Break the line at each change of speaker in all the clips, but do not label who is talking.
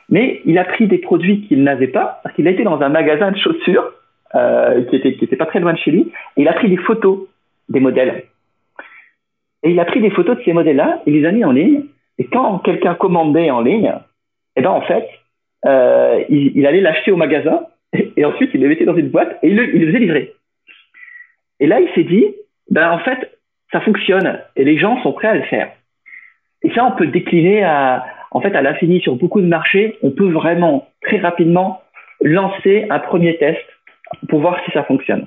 mais il a pris des produits qu'il n'avait pas, parce qu'il a été dans un magasin de chaussures qui était pas très loin de chez lui, et il a pris des photos des modèles. Et il a pris des photos de ces modèles-là et les a mis en ligne. Et quand quelqu'un commandait en ligne, eh ben en fait, il allait l'acheter au magasin et ensuite il le mettait dans une boîte et il le faisait livrer. Et là, il s'est dit, ben en fait, ça fonctionne et les gens sont prêts à le faire. Et ça, on peut décliner à l'infini sur beaucoup de marchés. On peut vraiment très rapidement lancer un premier test pour voir si ça fonctionne.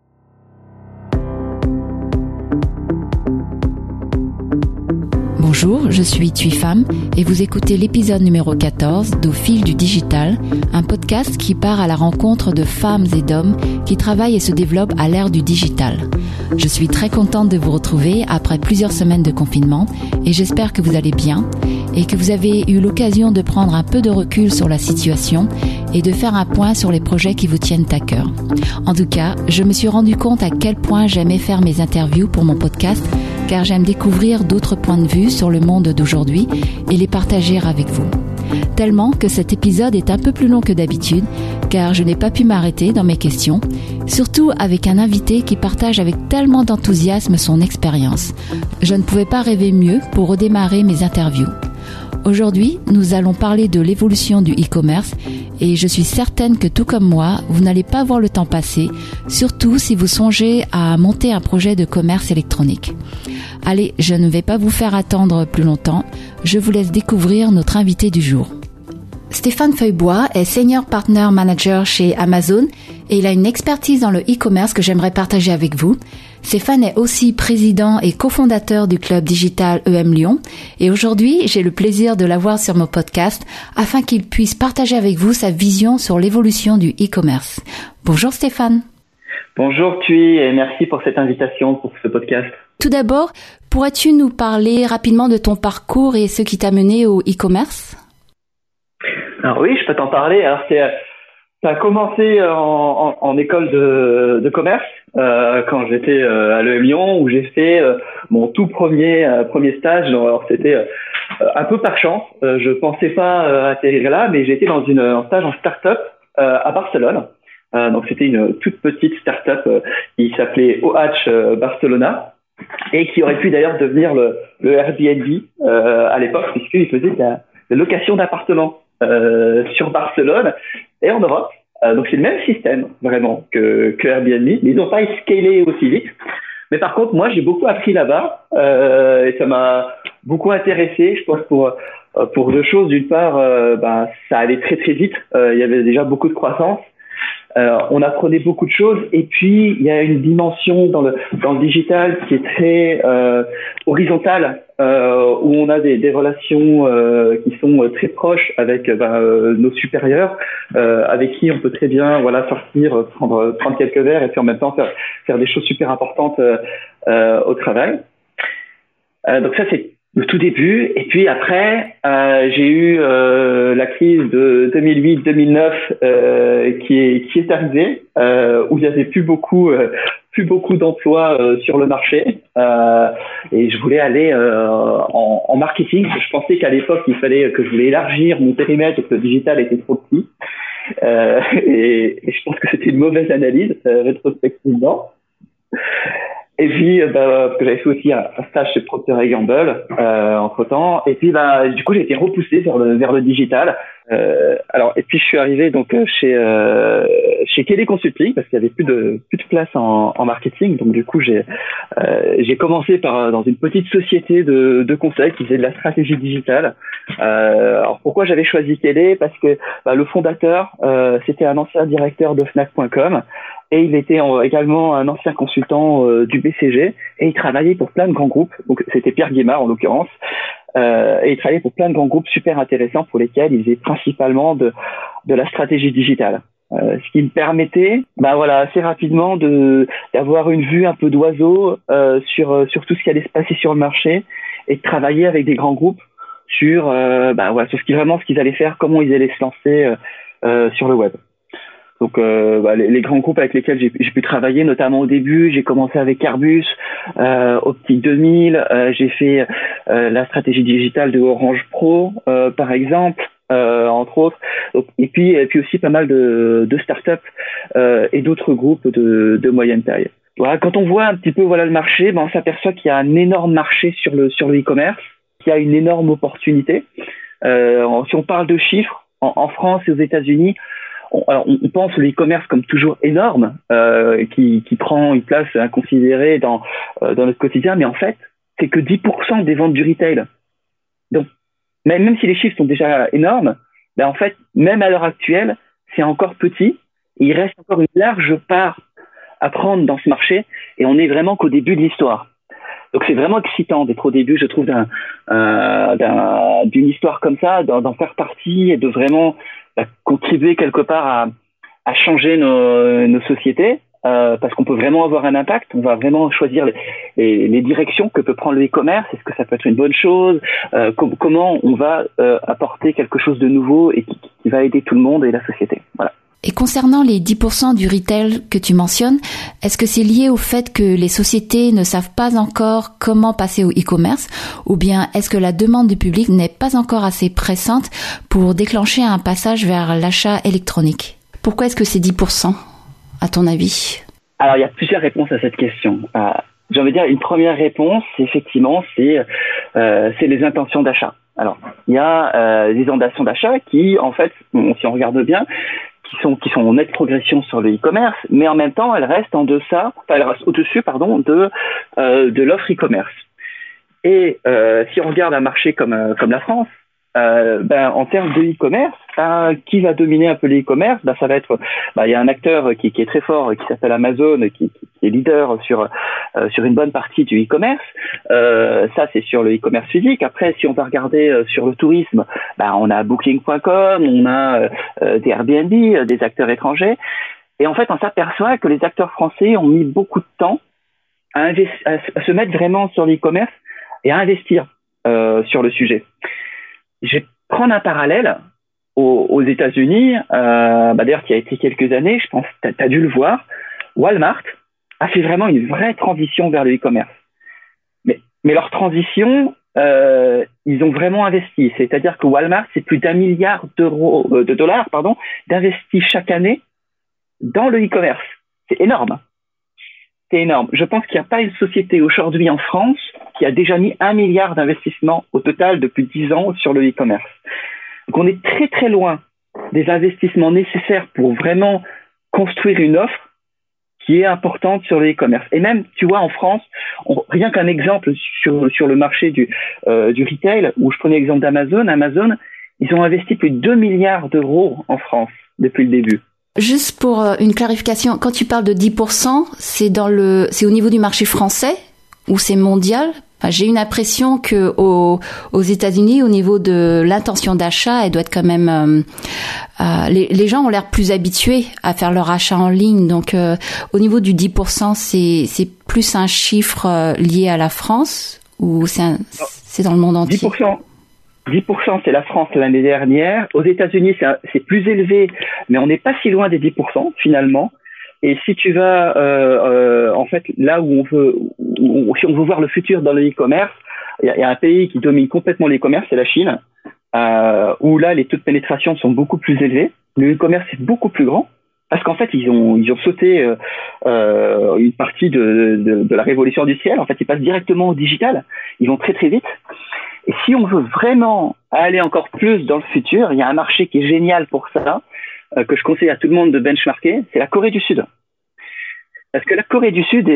Bonjour, je suis Thuy Pham et vous écoutez l'épisode numéro 14 d'Au fil du digital, un podcast qui part à la rencontre de femmes et d'hommes qui travaillent et se développent à l'ère du digital. Je suis très contente de vous retrouver après plusieurs semaines de confinement et j'espère que vous allez bien et que vous avez eu l'occasion de prendre un peu de recul sur la situation et de faire un point sur les projets qui vous tiennent à cœur. En tout cas, je me suis rendu compte à quel point j'aimais faire mes interviews pour mon podcast car j'aime découvrir d'autres points de vue sur le monde d'aujourd'hui et les partager avec vous. Tellement que cet épisode est un peu plus long que d'habitude, car je n'ai pas pu m'arrêter dans mes questions, surtout avec un invité qui partage avec tellement d'enthousiasme son expérience. Je ne pouvais pas rêver mieux pour redémarrer mes interviews. Aujourd'hui, nous allons parler de l'évolution du e-commerce et je suis certaine que tout comme moi, vous n'allez pas voir le temps passer, surtout si vous songez à monter un projet de commerce électronique. Allez, je ne vais pas vous faire attendre plus longtemps, je vous laisse découvrir notre invité du jour. Stéphane Feuillebois est Senior Partner Manager chez Amazon et il a une expertise dans le e-commerce que j'aimerais partager avec vous. Stéphane est aussi président et cofondateur du club digital EM Lyon et aujourd'hui, j'ai le plaisir de l'avoir sur mon podcast afin qu'il puisse partager avec vous sa vision sur l'évolution du e-commerce. Bonjour Stéphane.
Bonjour Thuy et merci pour cette invitation pour ce podcast.
Tout d'abord, pourrais-tu nous parler rapidement de ton parcours et ce qui t'a mené au e-commerce ?
Alors oui, je peux t'en parler. Alors ça a commencé en école de commerce quand j'étais à l'EM Lyon où j'ai fait mon tout premier stage. Alors c'était un peu par chance. Je pensais pas atterrir là, mais j'ai été dans un stage en start-up à Barcelone. Donc c'était une toute petite start-up qui s'appelait OH Barcelona et qui aurait pu d'ailleurs devenir le Airbnb à l'époque puisqu'il faisait de la location d'appartements sur Barcelone et en Europe. Donc c'est le même système vraiment que Airbnb, mais ils n'ont pas scalé aussi vite. Mais par contre, moi j'ai beaucoup appris là-bas et ça m'a beaucoup intéressé. Je pense pour deux choses. D'une part, ça allait très très vite. Il y avait déjà beaucoup de croissance. On apprenait beaucoup de choses et puis il y a une dimension dans le digital qui est très horizontale où on a des relations qui sont très proches avec nos supérieurs avec qui on peut très bien sortir prendre quelques verres et puis en même temps faire des choses super importantes au travail. Donc ça c'est le tout début et puis après j'ai eu la crise de 2008-2009 qui est arrivée où il y avait plus beaucoup d'emplois sur le marché et je voulais aller en marketing. Je pensais qu'à l'époque il fallait que je voulais élargir mon périmètre et que le digital était trop petit et je pense que c'était une mauvaise analyse rétrospectivement. Et puis, parce que j'avais fait aussi un stage chez Procter & Gamble entre-temps. Et puis, du coup, j'ai été repoussé vers le digital. Et puis je suis arrivé donc chez Kelly Consulting parce qu'il y avait plus de place en marketing. Donc du coup, j'ai commencé dans une petite société de conseil qui faisait de la stratégie digitale. Alors pourquoi j'avais choisi Kelly? Parce que le fondateur, c'était un ancien directeur de Fnac.com. Et il était également un ancien consultant du BCG et il travaillait pour plein de grands groupes. Donc c'était Pierre Guémard en l'occurrence. Et il travaillait pour plein de grands groupes super intéressants pour lesquels il faisait principalement de la stratégie digitale. Ce qui me permettait, assez rapidement d'avoir une vue un peu d'oiseau sur tout ce qui allait se passer sur le marché et de travailler avec des grands groupes sur ce qu'ils allaient faire, comment ils allaient se lancer sur le web. Donc les grands groupes avec lesquels j'ai pu travailler, notamment au début, j'ai commencé avec Airbus, Optique 2000, j'ai fait la stratégie digitale de Orange Pro par exemple, entre autres, et puis aussi pas mal de startups et d'autres groupes de moyenne taille. Voilà, quand on voit un petit peu le marché, on s'aperçoit qu'il y a un énorme marché sur le e-commerce, qu'il y a une énorme opportunité. Si on parle de chiffres, en France et aux États-Unis, on pense au e-commerce comme toujours énorme, qui prend une place inconsidérée dans notre quotidien, mais en fait, c'est que 10% des ventes du retail. Donc, même si les chiffres sont déjà énormes, en fait, même à l'heure actuelle, c'est encore petit. Et il reste encore une large part à prendre dans ce marché, et on n'est vraiment qu'au début de l'histoire. Donc c'est vraiment excitant d'être au début, je trouve, d'une histoire comme ça, d'en faire partie et de vraiment contribuer quelque part à changer nos sociétés, parce qu'on peut vraiment avoir un impact. On va vraiment choisir les directions que peut prendre le e-commerce. Est-ce que ça peut être une bonne chose, comment on va apporter quelque chose de nouveau et qui va aider tout le monde et la société. Voilà.
Et concernant les 10% du retail que tu mentionnes, est-ce que c'est lié au fait que les sociétés ne savent pas encore comment passer au e-commerce, ou bien est-ce que la demande du public n'est pas encore assez pressante pour déclencher un passage vers l'achat électronique? Pourquoi est-ce que c'est 10%, à ton avis?
Alors, il y a plusieurs réponses à cette question. J'ai envie de dire, une première réponse, effectivement, c'est les intentions d'achat. Alors, il y a des intentions d'achat qui, en fait, si on regarde bien, qui sont en nette progression sur le e-commerce, mais en même temps, elles restent au-dessus, de l'offre e-commerce. Et si on regarde un marché comme la France, en termes de e-commerce, qui va dominer un peu le e-commerce? Ça va être, il y a un acteur qui est très fort, qui s'appelle Amazon, qui est leader sur une bonne partie du e-commerce. Ça, c'est sur le e-commerce physique. Après, si on va regarder sur le tourisme, on a Booking.com, on a des Airbnb, des acteurs étrangers. Et en fait, on s'aperçoit que les acteurs français ont mis beaucoup de temps à se mettre vraiment sur l'e-commerce et à investir sur le sujet. Je vais prendre un parallèle aux États-Unis, d'ailleurs qui a été quelques années, je pense que tu as dû le voir. Walmart a fait vraiment une vraie transition vers le e-commerce. Mais leur transition, ils ont vraiment investi. C'est-à-dire que Walmart, c'est plus d'1 milliard de dollars d'investis chaque année dans le e-commerce. C'est énorme. C'est énorme. Je pense qu'il n'y a pas une société aujourd'hui en France qui a déjà mis 1 milliard d'investissements au total depuis 10 ans sur le e-commerce. Donc on est très très loin des investissements nécessaires pour vraiment construire une offre qui est importante sur le e-commerce. Et même, tu vois, en France, rien qu'un exemple sur le marché du retail, où je prenais l'exemple d'Amazon. Amazon, ils ont investi plus de 2 milliards d'euros en France depuis le début.
Juste pour une clarification, quand tu parles de 10%, c'est au niveau du marché français ou c'est mondial? J'ai une impression que aux États-Unis, au niveau de l'intention d'achat, elle doit être quand même. Les gens ont l'air plus habitués à faire leur achat en ligne, donc au niveau du 10%, c'est plus un chiffre lié à la France ou c'est dans le monde entier?
10%, c'est la France l'année dernière. Aux États-Unis, c'est plus élevé, mais on n'est pas si loin des 10% finalement. Et si tu vas, en fait, là où si on veut voir le futur dans le e-commerce, il y a un pays qui domine complètement l'e-commerce, c'est la Chine, où là, les taux de pénétration sont beaucoup plus élevés. Le e-commerce est beaucoup plus grand, parce qu'en fait, ils ont sauté une partie de la révolution industrielle. En fait, ils passent directement au digital. Ils vont très très vite. Et si on veut vraiment aller encore plus dans le futur, il y a un marché qui est génial pour ça, que je conseille à tout le monde de benchmarker, c'est la Corée du Sud. Parce que la Corée du Sud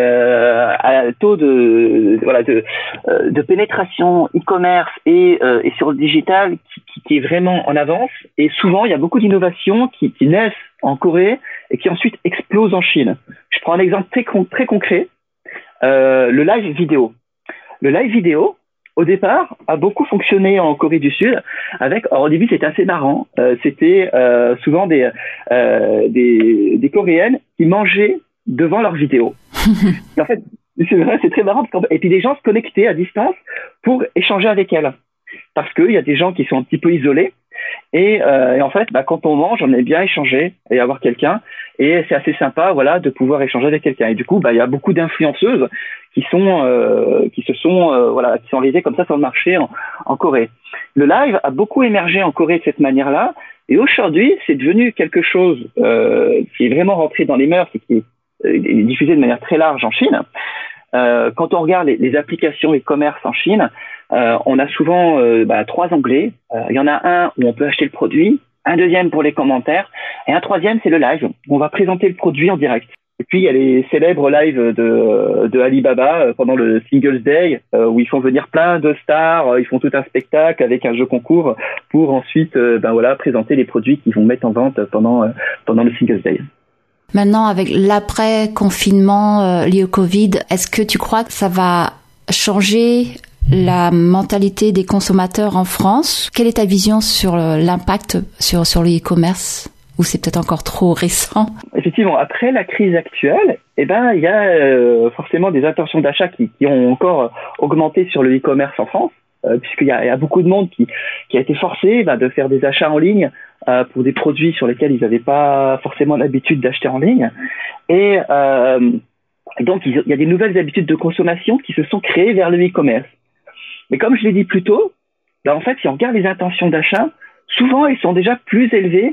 a un taux de pénétration e-commerce et sur le digital qui est vraiment en avance. Et souvent, il y a beaucoup d'innovations qui naissent en Corée et qui ensuite explosent en Chine. Je prends un exemple très concret, le live vidéo. Le live vidéo, au départ, a beaucoup fonctionné en Corée du Sud. Alors au début, c'était assez marrant. C'était souvent des Coréennes qui mangeaient devant leurs vidéos. Et en fait, c'est vrai, c'est très marrant. Et puis des gens se connectaient à distance pour échanger avec elles. Parce qu'il y a des gens qui sont un petit peu isolés. Et en fait, quand on mange, on aime bien échanger et avoir quelqu'un. Et c'est assez sympa, voilà, de pouvoir échanger avec quelqu'un. Et du coup, il y a beaucoup d'influenceuses qui sont arrivées comme ça sur le marché en Corée. Le live a beaucoup émergé en Corée de cette manière-là. Et aujourd'hui, c'est devenu quelque chose qui est vraiment rentré dans les mœurs et qui est diffusé de manière très large en Chine. Quand on regarde les applications e-commerce en Chine, on a souvent 3 onglets. Il y en a un où on peut acheter le produit, un deuxième pour les commentaires, et un troisième, c'est le live. On va présenter le produit en direct. Et puis, il y a les célèbres lives de Alibaba pendant le Singles Day, où ils font venir plein de stars, ils font tout un spectacle avec un jeu concours pour ensuite présenter les produits qu'ils vont mettre en vente pendant le Singles Day.
Maintenant, avec l'après-confinement lié au Covid, est-ce que tu crois que ça va changer la mentalité des consommateurs en France? Quelle est ta vision sur l'impact sur le e-commerce? Ou c'est peut-être encore trop récent?
Effectivement, après la crise actuelle, il y a forcément des intentions d'achat qui ont encore augmenté sur le e-commerce en France, puisqu'il y a beaucoup de monde qui a été forcé de faire des achats en ligne pour des produits sur lesquels ils n'avaient pas forcément l'habitude d'acheter en ligne. Et donc, il y a des nouvelles habitudes de consommation qui se sont créées vers le e-commerce. Mais comme je l'ai dit plus tôt, en fait, si on regarde les intentions d'achat, souvent, ils sont déjà plus élevés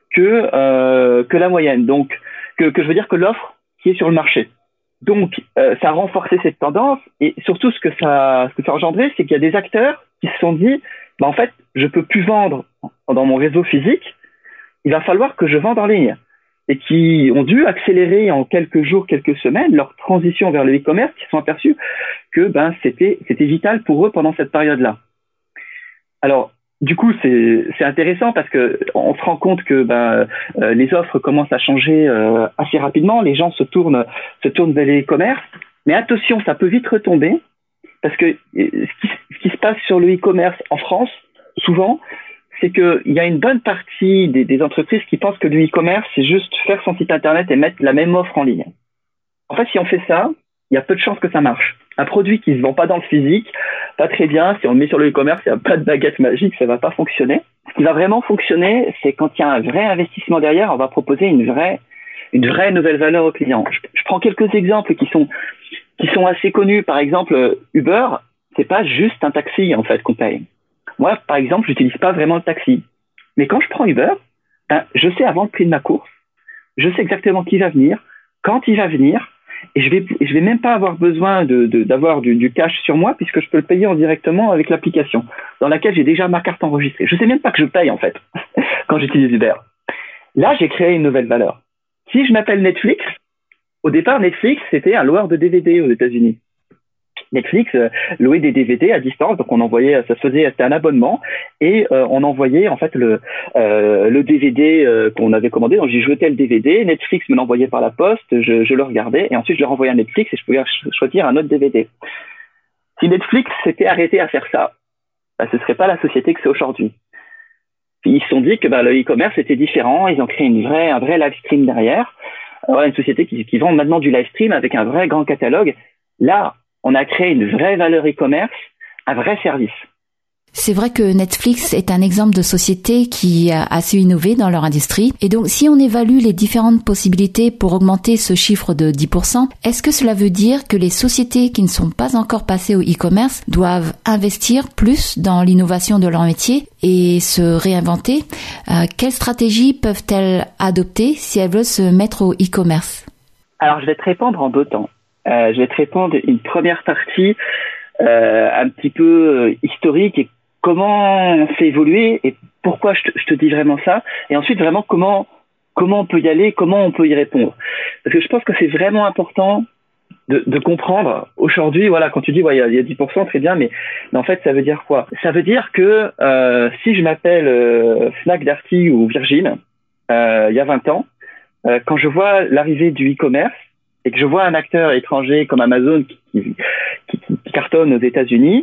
que la moyenne. Donc, que je veux dire que l'offre qui est sur le marché. Donc, ça a renforcé cette tendance et surtout ce que ça a engendré, c'est qu'il y a des acteurs qui se sont dit, en fait, je peux plus vendre dans mon réseau physique, il va falloir que je vende en ligne. Et qui ont dû accélérer en quelques jours, quelques semaines leur transition vers le e-commerce, qui se sont aperçus que c'était vital pour eux pendant cette période-là. Alors, du coup, c'est intéressant parce que on se rend compte que les offres commencent à changer assez rapidement. Les gens se tournent vers les e-commerce. Mais attention, ça peut vite retomber parce que ce qui se passe sur le e-commerce en France, souvent, c'est qu'il y a une bonne partie des entreprises qui pensent que le e-commerce, c'est juste faire son site internet et mettre la même offre en ligne. En fait, si on fait ça, il y a peu de chances que ça marche. Un produit qui se vend pas dans le physique, pas très bien. Si on le met sur le e-commerce, il n'y a pas de baguette magique, ça va pas fonctionner. Ce qui va vraiment fonctionner, c'est quand il y a un vrai investissement derrière, on va proposer une vraie nouvelle valeur au client. Je prends quelques exemples qui sont assez connus. Par exemple, Uber, c'est pas juste un taxi, en fait, qu'on paye. Moi, par exemple, j'utilise pas vraiment le taxi. Mais quand je prends Uber, je sais avant le prix de ma course, je sais exactement qui va venir, quand il va venir, et je vais même pas avoir besoin d'avoir du cash sur moi puisque je peux le payer directement avec l'application dans laquelle j'ai déjà ma carte enregistrée. Je sais même pas que je paye en fait quand j'utilise Uber. Là, j'ai créé une nouvelle valeur. Si je m'appelle Netflix, au départ, Netflix, c'était un loueur de DVD aux États-Unis. Netflix louait des DVD à distance, donc c'était un abonnement et on envoyait en fait le DVD qu'on avait commandé. Donc j'y jetais le DVD, Netflix me l'envoyait par la poste, je le regardais et ensuite je le renvoyais à Netflix et je pouvais choisir un autre DVD. Si Netflix s'était arrêté à faire ça, ce serait pas la société que c'est aujourd'hui. Puis ils se sont dit que le e-commerce était différent, ils ont créé un vrai live stream derrière. Une société qui vend maintenant du live stream avec un vrai grand catalogue. Là, on a créé une vraie valeur e-commerce, un vrai service.
C'est vrai que Netflix est un exemple de société qui a su innover dans leur industrie. Et donc, si on évalue les différentes possibilités pour augmenter ce chiffre de 10%, est-ce que cela veut dire que les sociétés qui ne sont pas encore passées au e-commerce doivent investir plus dans l'innovation de leur métier et se réinventer? Quelles stratégies peuvent-elles adopter si elles veulent se mettre au e-commerce?
Alors, je vais te répondre en 2 temps. Je vais te répondre une première partie un petit peu historique et comment on fait évoluer et pourquoi je te dis vraiment ça, et ensuite vraiment comment on peut y aller, comment on peut y répondre. Parce que je pense que c'est vraiment important de comprendre aujourd'hui, quand tu dis il y a 10%, très bien, mais en fait ça veut dire quoi? Ça veut dire que si je m'appelle Fnac, Darty ou Virgin il y a 20 ans, quand je vois l'arrivée du e-commerce et que je vois un acteur étranger comme Amazon qui cartonne aux États-Unis,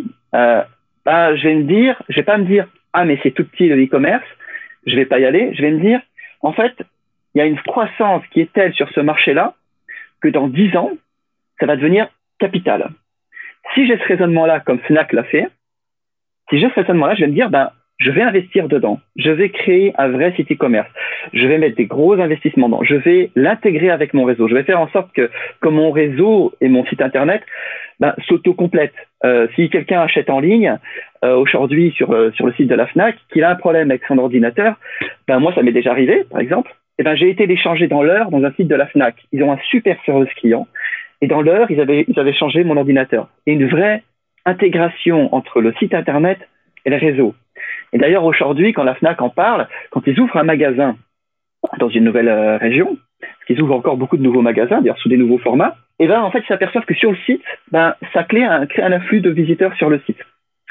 je vais pas me dire mais c'est tout petit le e-commerce, je vais pas y aller. Je vais me dire en fait il y a une croissance qui est telle sur ce marché-là que dans 10 ans ça va devenir capital. Si j'ai ce raisonnement-là comme Fnac l'a fait, je vais me dire je vais investir dedans. Je vais créer un vrai site e-commerce. Je vais mettre des gros investissements dedans. Je vais l'intégrer avec mon réseau. Je vais faire en sorte que mon réseau et mon site internet s'auto-complètent. Si quelqu'un achète en ligne aujourd'hui sur le site de la Fnac, qu'il a un problème avec son ordinateur, moi ça m'est déjà arrivé, par exemple. J'ai été l'échanger dans l'heure dans un site de la Fnac. Ils ont un super service client. Et dans l'heure, ils avaient changé mon ordinateur. Et une vraie intégration entre le site internet et le réseau. Et d'ailleurs, aujourd'hui, quand la Fnac en parle, quand ils ouvrent un magasin dans une nouvelle région, parce qu'ils ouvrent encore beaucoup de nouveaux magasins, d'ailleurs sous des nouveaux formats, en fait, ils s'aperçoivent que sur le site, ça crée un afflux de visiteurs sur le site.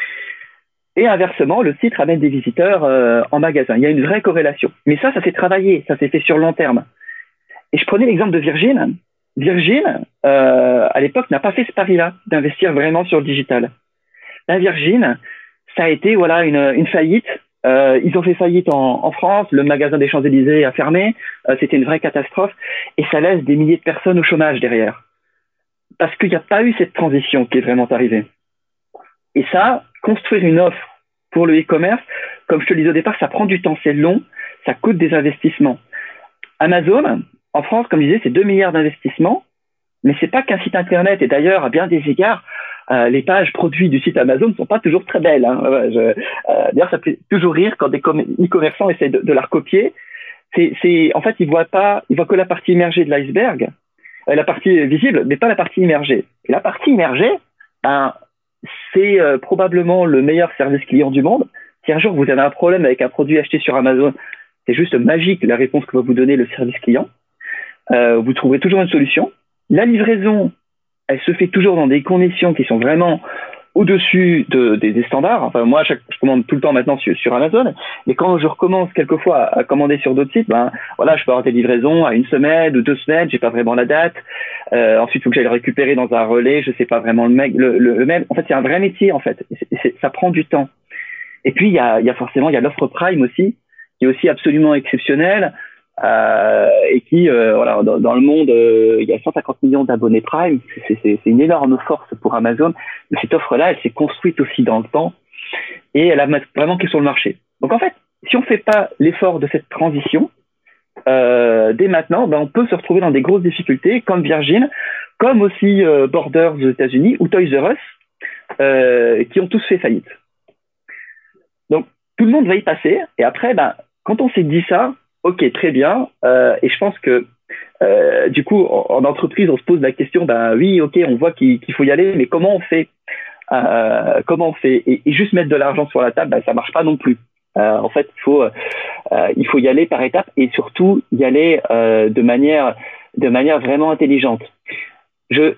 Et inversement, le site ramène des visiteurs en magasin. Il y a une vraie corrélation. Mais ça s'est travaillé, ça s'est fait sur le long terme. Et je prenais l'exemple de Virgin. Virgin, à l'époque, n'a pas fait ce pari-là, d'investir vraiment sur le digital. La Virgin, ça a été une faillite. Ils ont fait faillite en France. Le magasin des Champs-Élysées a fermé. C'était une vraie catastrophe. Et ça laisse des milliers de personnes au chômage derrière. Parce qu'il n'y a pas eu cette transition qui est vraiment arrivée. Et ça, construire une offre pour le e-commerce, comme je te le disais au départ, ça prend du temps, c'est long, ça coûte des investissements. Amazon, en France, comme je disais, c'est 2 milliards d'investissements, mais c'est pas qu'un site internet. Et d'ailleurs, à bien des égards, les pages produits du site Amazon ne sont pas toujours très belles. D'ailleurs, ça fait toujours rire quand des e-commerçants essaient de la recopier. En fait, ils voient que la partie immergée de l'iceberg, la partie visible, mais pas la partie immergée. Et la partie immergée, c'est probablement le meilleur service client du monde. Si un jour vous avez un problème avec un produit acheté sur Amazon, c'est juste magique la réponse que va vous donner le service client. Vous trouverez toujours une solution. La livraison, elle se fait toujours dans des conditions qui sont vraiment au-dessus des standards. Enfin, moi, je commande tout le temps maintenant sur Amazon. Mais quand je recommence quelquefois à commander sur d'autres sites, je peux avoir des livraisons à 1 semaine ou 2 semaines, j'ai pas vraiment la date. Ensuite, il faut que j'aille le récupérer dans un relais, je sais pas vraiment le même. En fait, c'est un vrai métier, en fait. Ça prend du temps. Et puis, il y a forcément l'offre Prime aussi, qui est aussi absolument exceptionnelle. Et qui, dans le monde, il y a 150 millions d'abonnés Prime. C'est une énorme force pour Amazon. Mais cette offre-là, elle s'est construite aussi dans le temps et elle a vraiment qui sur le marché. Donc en fait, si on fait pas l'effort de cette transition, dès maintenant, on peut se retrouver dans des grosses difficultés, comme Virgin, comme aussi Borders aux États-Unis ou Toys R Us, qui ont tous fait faillite. Donc tout le monde va y passer. Et après, quand on s'est dit ça, ok, très bien. Et je pense que du coup, en entreprise, on se pose la question, oui, ok, on voit qu'il faut y aller, mais comment on fait et juste mettre de l'argent sur la table, ça marche pas non plus. En fait, il faut y aller par étapes et surtout y aller de manière vraiment intelligente. Je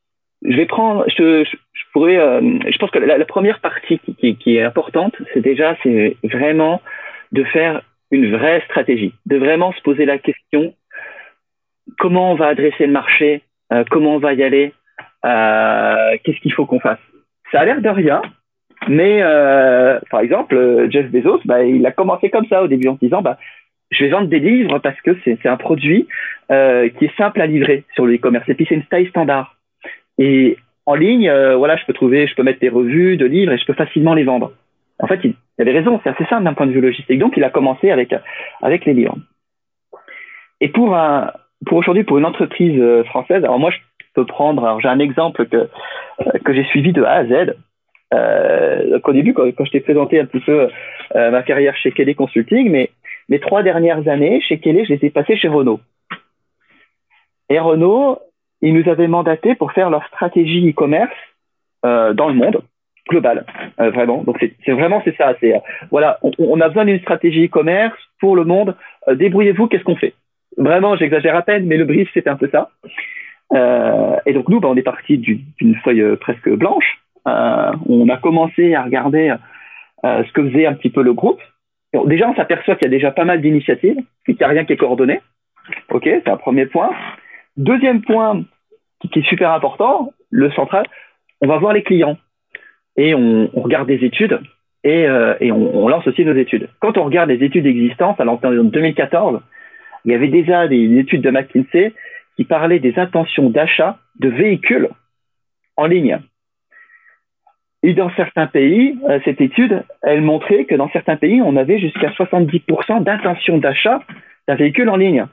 pense que la première partie qui est importante, c'est vraiment de faire une vraie stratégie, de vraiment se poser la question comment on va adresser le marché, comment on va y aller, qu'est-ce qu'il faut qu'on fasse. Ça a l'air de rien, mais par exemple, Jeff Bezos, il a commencé comme ça au début en disant je vais vendre des livres parce que c'est un produit qui est simple à livrer sur le e-commerce et puis c'est une taille standard. Et en ligne, je peux mettre des revues de livres et je peux facilement les vendre. En fait, il avait raison, c'est assez simple d'un point de vue logistique. Donc, il a commencé avec les livres. Et pour aujourd'hui, pour une entreprise française, alors moi, je peux j'ai un exemple que j'ai suivi de A à Z. Donc au début, quand je t'ai présenté un petit peu ma carrière chez Kelly Consulting, mais les 3 dernières années chez Kelly, je les ai passées chez Renault. Et Renault, ils nous avaient mandaté pour faire leur stratégie e-commerce dans le monde global, vraiment. Donc c'est ça. On a besoin d'une stratégie e-commerce pour le monde. Débrouillez-vous, qu'est-ce qu'on fait? Vraiment, j'exagère à peine, mais le brief c'est un peu ça. Et donc nous, on est parti d'une feuille presque blanche. On a commencé à regarder ce que faisait un petit peu le groupe. Donc, déjà, on s'aperçoit qu'il y a déjà pas mal d'initiatives, qu'il n'y a rien qui est coordonné. Ok, c'est un premier point. Deuxième point qui est super important, le central, on va voir les clients. Et on regarde des études et on lance aussi nos études. Quand on regarde les études existantes, alors en 2014, il y avait déjà des études de McKinsey qui parlaient des intentions d'achat de véhicules en ligne. Et dans certains pays, cette étude, elle montrait que dans certains pays, on avait jusqu'à 70% d'intention d'achat d'un véhicule en ligne.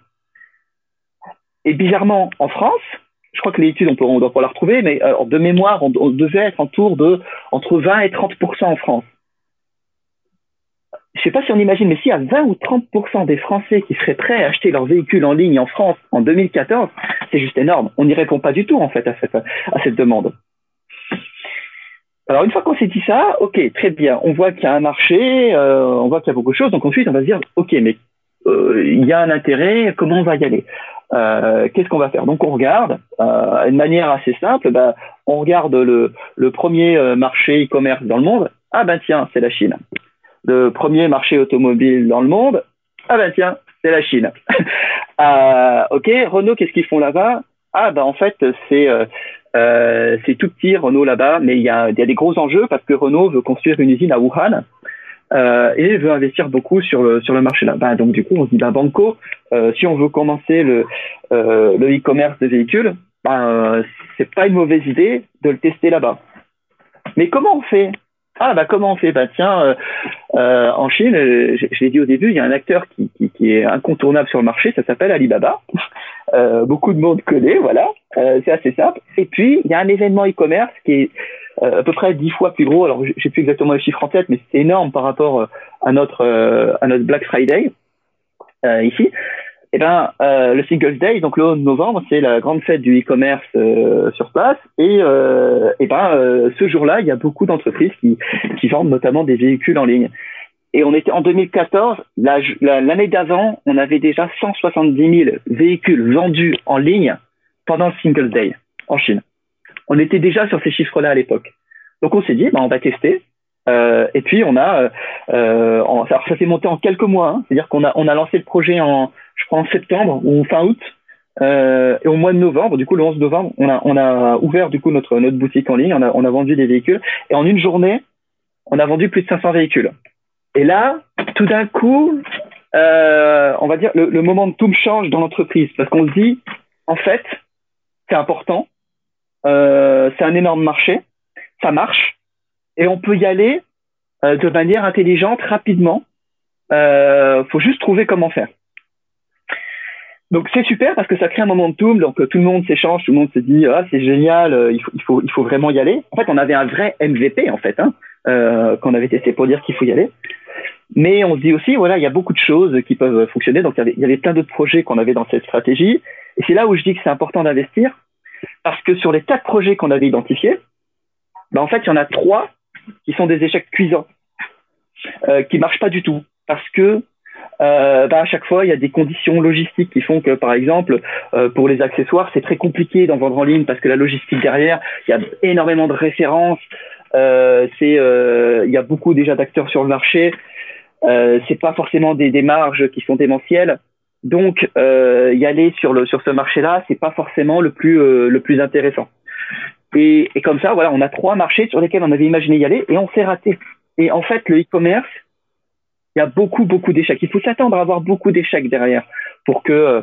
Et bizarrement, en France, je crois que l'étude, on doit pas la retrouver, mais de mémoire, on devait être entre 20 et 30% en France. Je sais pas si on imagine, mais s'il y a 20 ou 30% des Français qui seraient prêts à acheter leur véhicule en ligne en France en 2014, c'est juste énorme. On n'y répond pas du tout, en fait, à cette demande. Alors, une fois qu'on s'est dit ça, ok, très bien, on voit qu'il y a un marché, on voit qu'il y a beaucoup de choses, donc ensuite, on va se dire, ok, mais il y a un intérêt, comment on va y aller? Qu'est-ce qu'on va faire? Donc, on regarde, une manière assez simple, on regarde le premier marché e-commerce dans le monde. Ah ben tiens, c'est la Chine. Le premier marché automobile dans le monde. Ah ben tiens, c'est la Chine. Ok, Renault, qu'est-ce qu'ils font là-bas? Ah ben en fait, c'est tout petit Renault là-bas, mais il y a des gros enjeux parce que Renault veut construire une usine à Wuhan et veut investir beaucoup sur le marché là. Donc du coup, on se dit banco, si on veut commencer le e-commerce de véhicules, c'est pas une mauvaise idée de le tester là-bas. Mais comment on fait? Comment on fait? Tiens, en Chine, je l'ai dit au début, il y a un acteur qui est incontournable sur le marché, ça s'appelle Alibaba. Beaucoup de monde connaît, voilà. C'est assez simple. Et puis, il y a un événement e-commerce qui est à peu près 10 fois plus gros. Alors, j'ai plus exactement les chiffres en tête, mais c'est énorme par rapport à notre Black Friday ici. Le Singles Day, donc le 11 novembre, c'est la grande fête du e-commerce sur place. Et ce jour-là, il y a beaucoup d'entreprises qui vendent notamment des véhicules en ligne. Et on était en 2014, l'année d'avant, on avait déjà 170 000 véhicules vendus en ligne pendant le Singles Day en Chine. On était déjà sur ces chiffres-là à l'époque. Donc on s'est dit, on va tester. Et puis alors ça s'est monté en quelques mois. Hein. C'est-à-dire qu'on a lancé le projet en septembre ou fin août. Et au mois de novembre, du coup le 11 novembre, on a ouvert du coup notre boutique en ligne. On a vendu des véhicules. Et en une journée, on a vendu plus de 500 véhicules. Et là, tout d'un coup, on va dire, le momentum change dans l'entreprise parce qu'on se dit, en fait, c'est important, c'est un énorme marché, ça marche, et on peut y aller de manière intelligente, rapidement. Faut juste trouver comment faire. Donc c'est super parce que ça crée un momentum, donc tout le monde s'échange, tout le monde se dit c'est génial, il faut vraiment y aller. En fait, on avait un vrai MVP en fait, qu'on avait testé pour dire qu'il faut y aller. Mais on se dit aussi, voilà, il y a beaucoup de choses qui peuvent fonctionner. Donc il y avait plein d'autres projets qu'on avait dans cette stratégie. Et c'est là où je dis que c'est important d'investir parce que sur les 4 projets qu'on avait identifiés, en fait, il y en a 3 qui sont des échecs cuisants, qui marchent pas du tout parce que à chaque fois, il y a des conditions logistiques qui font que, par exemple, pour les accessoires, c'est très compliqué d'en vendre en ligne parce que la logistique derrière, il y a énormément de références. Il y a beaucoup déjà d'acteurs sur le marché. C'est pas forcément des marges qui sont démentielles. Donc, y aller sur ce marché-là, c'est pas forcément le plus intéressant. Et comme ça, voilà, on a 3 marchés sur lesquels on avait imaginé y aller et on s'est raté. Et en fait, le e-commerce, il y a beaucoup d'échecs. Il faut s'attendre à avoir beaucoup d'échecs derrière pour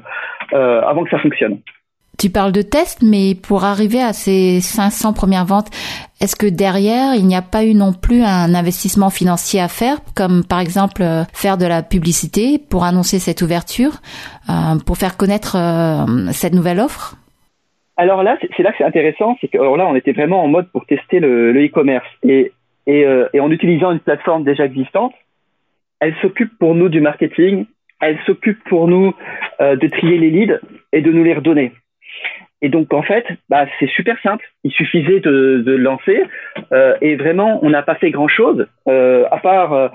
avant que ça fonctionne.
Tu parles de tests, mais pour arriver à ces 500 premières ventes, est-ce que derrière, il n'y a pas eu non plus un investissement financier à faire, comme par exemple faire de la publicité pour annoncer cette ouverture, pour faire connaître cette nouvelle offre?
Alors là, c'est là que c'est intéressant, c'est que alors là, on était vraiment en mode pour tester le e-commerce et en utilisant une plateforme déjà existante, elle s'occupe pour nous du marketing, elle s'occupe pour nous de trier les leads et de nous les redonner. Et donc en fait, c'est super simple. Il suffisait de lancer et vraiment, on n'a pas fait grand-chose à part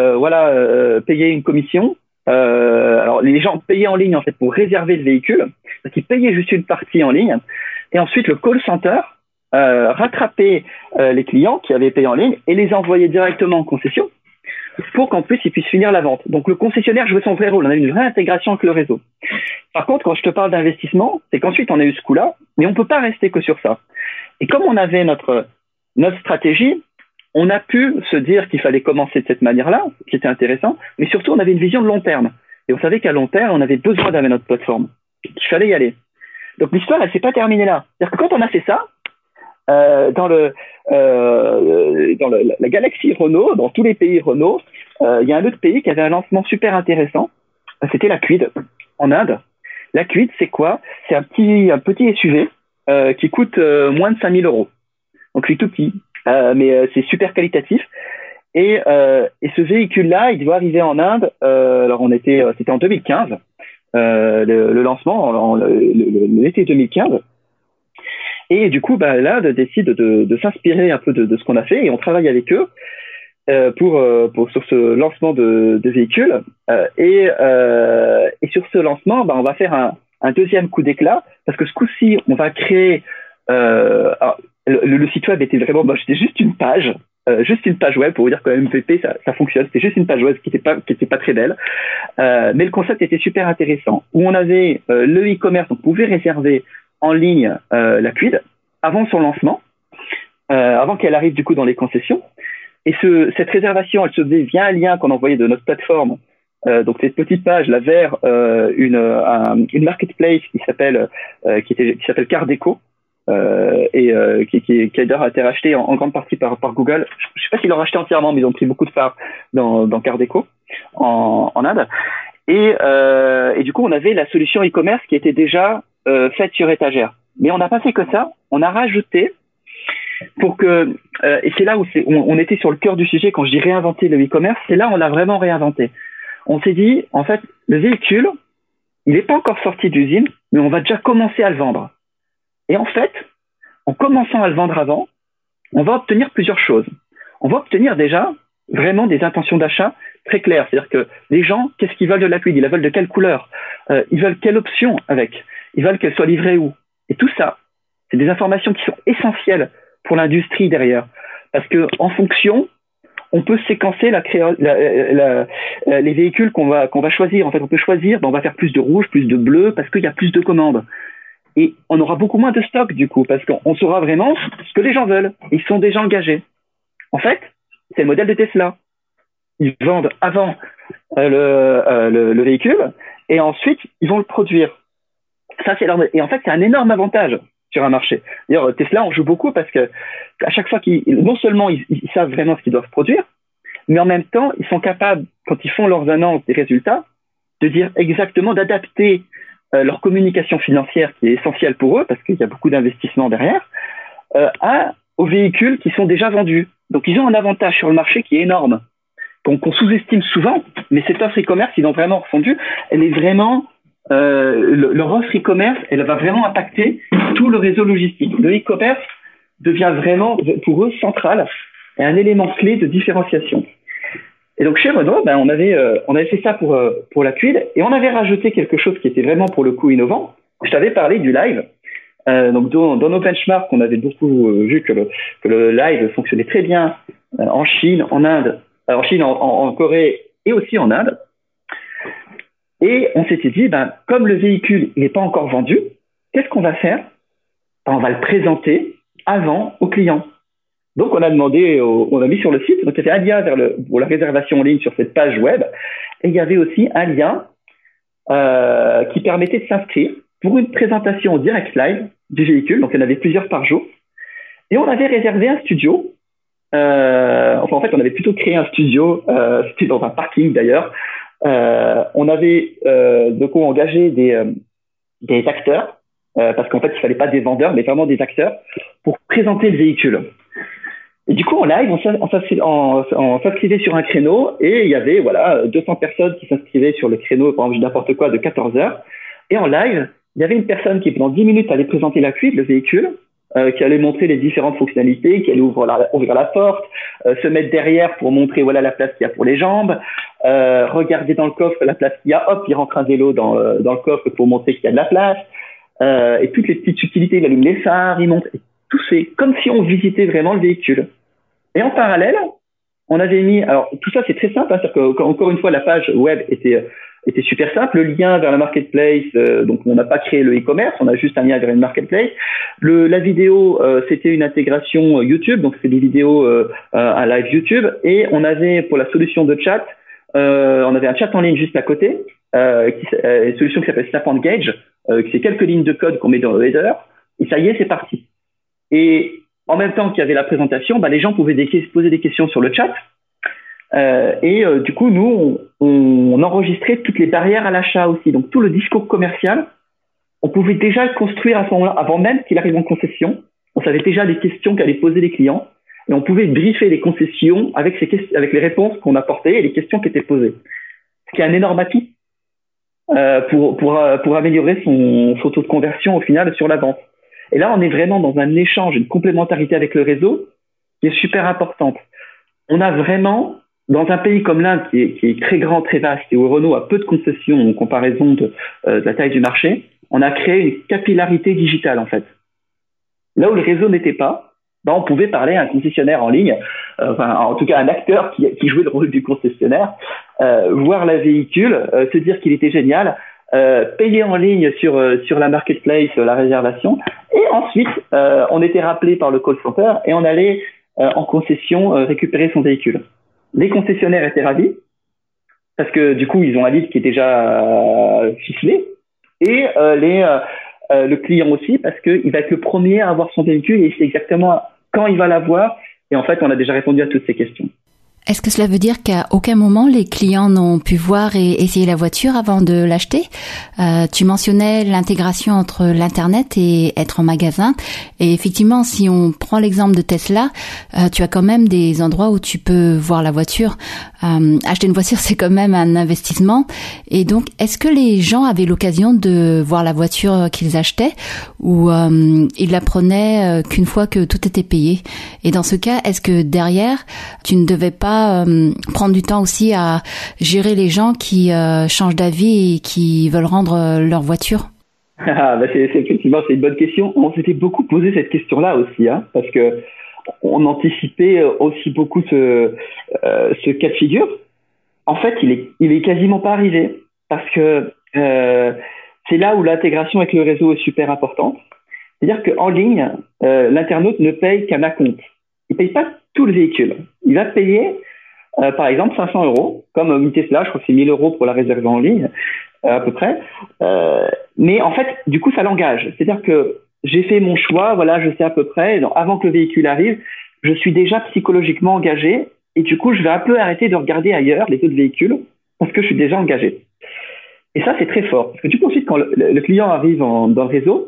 payer une commission. Alors les gens payaient en ligne en fait pour réserver le véhicule, donc ils payaient juste une partie en ligne. Et ensuite le call center rattrapait les clients qui avaient payé en ligne et les envoyait directement en concession pour qu'en plus ils puissent finir la vente. Donc le concessionnaire jouait son vrai rôle, on avait une vraie intégration avec le réseau. Par contre, quand je te parle d'investissement, c'est qu'ensuite on a eu ce coup-là, mais on peut pas rester que sur ça. Et comme on avait notre stratégie, on a pu se dire qu'il fallait commencer de cette manière-là, qui était intéressant, mais surtout on avait une vision de long terme. Et on savait qu'à long terme, on avait besoin d'avoir notre plateforme, qu'il fallait y aller. Donc l'histoire, elle s'est pas terminée là. C'est-à-dire que quand on a fait ça, la galaxie Renault, dans tous les pays Renault, il y a un autre pays qui avait un lancement super intéressant. C'était la Kwid en Inde. La Kwid, c'est quoi? C'est un petit SUV qui coûte moins de 5 000 euros. Donc c'est tout petit, mais c'est super qualitatif. Et ce véhicule-là, il doit arriver en Inde. Alors c'était en 2015, le lancement, l'été 2015. Et du coup, l'Inde décide de s'inspirer un peu de ce qu'on a fait, et on travaille avec eux sur ce lancement de véhicule. Et sur ce lancement, on va faire un deuxième coup d'éclat, parce que ce coup-ci, on va créer. Le site web était vraiment moche. C'était juste une page web pour vous dire que MVP ça fonctionne. C'était juste une page web qui était pas très belle, mais le concept était super intéressant. Où on avait le e-commerce, on pouvait réserver en ligne la Kwid avant son lancement, avant qu'elle arrive du coup dans les concessions. Et cette réservation, elle se faisait via un lien qu'on envoyait de notre plateforme. Donc cette petite page là vers une marketplace qui s'appelle Cardeco. Qui a d'ailleurs été racheté en grande partie par Google. Je ne sais pas s'ils l'ont racheté entièrement, mais ils ont pris beaucoup de parts dans Cardeco en Inde. Et du coup, on avait la solution e-commerce qui était déjà faite sur étagère. Mais on n'a pas fait que ça. On a rajouté pour que et c'est là où on était sur le cœur du sujet quand je dis réinventer le e-commerce. C'est là où on l'a vraiment réinventé. On s'est dit, en fait, le véhicule, il n'est pas encore sorti d'usine, mais on va déjà commencer à le vendre. Et en fait, en commençant à le vendre avant, on va obtenir plusieurs choses. On va obtenir déjà vraiment des intentions d'achat très claires. C'est-à-dire que les gens, qu'est-ce qu'ils veulent de la Kwid? Ils la veulent de quelle couleur? Ils veulent quelle option avec? Ils veulent qu'elle soit livrée où? Et tout ça, c'est des informations qui sont essentielles pour l'industrie derrière. Parce que en fonction, on peut séquencer les véhicules qu'on va choisir. En fait, on peut choisir, on va faire plus de rouge, plus de bleu, parce qu'il y a plus de commandes. Et on aura beaucoup moins de stock du coup, parce qu'on saura vraiment ce que les gens veulent. Ils sont déjà engagés. En fait, c'est le modèle de Tesla. Ils vendent avant le véhicule, et ensuite ils vont le produire. Ça, et en fait, c'est un énorme avantage sur un marché. D'ailleurs, Tesla en joue beaucoup parce que à chaque fois non seulement ils savent vraiment ce qu'ils doivent produire, mais en même temps, ils sont capables, quand ils font leurs annonces des résultats, de dire exactement, d'adapter leur communication financière qui est essentielle pour eux, parce qu'il y a beaucoup d'investissements derrière, aux véhicules qui sont déjà vendus. Donc, ils ont un avantage sur le marché qui est énorme, qu'on sous-estime souvent, mais cette offre e-commerce, ils ont vraiment refondu, elle est vraiment... leur offre e-commerce, elle va vraiment impacter tout le réseau logistique. Le e-commerce devient vraiment, pour eux, central et un élément clé de différenciation. Et donc chez Renault, on avait fait ça pour la Kwid, et on avait rajouté quelque chose qui était vraiment pour le coup innovant. Je t'avais parlé du live. Donc dans nos benchmarks, on avait beaucoup vu que le live fonctionnait très bien en Chine, en Inde, en Chine, en Corée et aussi en Inde. Et on s'était dit, comme le véhicule n'est pas encore vendu, qu'est-ce qu'on va faire? On va le présenter avant au client. Donc, on a mis sur le site, donc il y avait un lien pour la réservation en ligne sur cette page web, et il y avait aussi un lien qui permettait de s'inscrire pour une présentation en direct live du véhicule. Donc, il y en avait plusieurs par jour. Et on avait réservé un studio. En fait, on avait plutôt créé un studio. C'était dans un parking d'ailleurs. On avait donc engagé des acteurs, parce qu'en fait, il fallait pas des vendeurs, mais vraiment des acteurs pour présenter le véhicule. Et du coup, en live, on s'inscrivait sur un créneau, et il y avait 200 personnes qui s'inscrivaient sur le créneau, par exemple, n'importe quoi, de 14 heures. Et en live, il y avait une personne qui, pendant 10 minutes, allait présenter la Kwid, le véhicule, qui allait montrer les différentes fonctionnalités, qui allait ouvrir la porte, se mettre derrière pour montrer la place qu'il y a pour les jambes, regarder dans le coffre la place qu'il y a, hop, il rentre un vélo dans le coffre pour montrer qu'il y a de la place, et toutes les petites utilités, il allume les phares, il montre, tout c'est comme si on visitait vraiment le véhicule. Et en parallèle, on avait mis, alors tout ça c'est très simple, c'est-à-dire qu'encore une fois la page web était super simple, le lien vers la marketplace, donc on n'a pas créé le e-commerce, on a juste un lien vers une marketplace. La vidéo, c'était une intégration YouTube, donc c'est des vidéos, un live YouTube, et on avait pour la solution de chat, on avait un chat en ligne juste à côté, une solution qui s'appelle Snap Engage, c'est quelques lignes de code qu'on met dans le header, et ça y est, c'est parti. Et en même temps qu'il y avait la présentation, les gens pouvaient poser des questions sur le chat. Du coup, nous, on enregistrait toutes les barrières à l'achat aussi. Donc, tout le discours commercial, on pouvait déjà le construire à ce moment-là, avant même qu'il arrive en concession. On savait déjà les questions qu'allaient poser les clients. Et on pouvait briefer les concessions avec les réponses qu'on apportait et les questions qui étaient posées. Ce qui est un énorme atout pour améliorer son taux de conversion au final sur la vente. Et là, on est vraiment dans un échange, une complémentarité avec le réseau qui est super importante. On a vraiment, dans un pays comme l'Inde qui est très grand, très vaste, et où Renault a peu de concessions en comparaison de la taille du marché, on a créé une capillarité digitale en fait. Là où le réseau n'était pas, on pouvait parler à un concessionnaire en ligne, en tout cas un acteur qui jouait le rôle du concessionnaire, voir le véhicule, se dire qu'il était génial, payer en ligne sur la marketplace la réservation, et ensuite on était rappelé par le call center et on allait en concession récupérer son véhicule. Les concessionnaires étaient ravis parce que du coup ils ont un lead qui est déjà ficelé, et le client aussi parce qu'il va être le premier à avoir son véhicule et il sait exactement quand il va l'avoir, et en fait on a déjà répondu à toutes ces questions.
Est-ce que cela veut dire qu'à aucun moment les clients n'ont pu voir et essayer la voiture avant de l'acheter? Tu mentionnais l'intégration entre l'Internet et être en magasin. Et effectivement, si on prend l'exemple de Tesla, tu as quand même des endroits où tu peux voir la voiture. Acheter une voiture, c'est quand même un investissement. Et donc, est-ce que les gens avaient l'occasion de voir la voiture qu'ils achetaient, ou ils la prenaient qu'une fois que tout était payé? Et dans ce cas, est-ce que derrière, tu ne devais pas prendre du temps aussi à gérer les gens qui changent d'avis et qui veulent rendre leur voiture?
Effectivement, c'est une bonne question. On s'était beaucoup posé cette question-là aussi, parce que on anticipait aussi beaucoup ce cas de figure. En fait, il est quasiment pas arrivé, parce que c'est là où l'intégration avec le réseau est super importante. C'est-à-dire qu'en ligne, l'internaute ne paye qu'un acompte. Il paye pas tout le véhicule. Il va payer, par exemple, 500 €, comme Tesla, je crois que c'est 1000 € pour la réserver en ligne, à peu près. Mais en fait, du coup, ça l'engage. C'est-à-dire que j'ai fait mon choix, voilà, je sais à peu près, donc, avant que le véhicule arrive, je suis déjà psychologiquement engagé, et du coup, je vais un peu arrêter de regarder ailleurs les autres véhicules, parce que je suis déjà engagé. Et ça, c'est très fort. Parce que du coup, ensuite, quand le client arrive dans le réseau,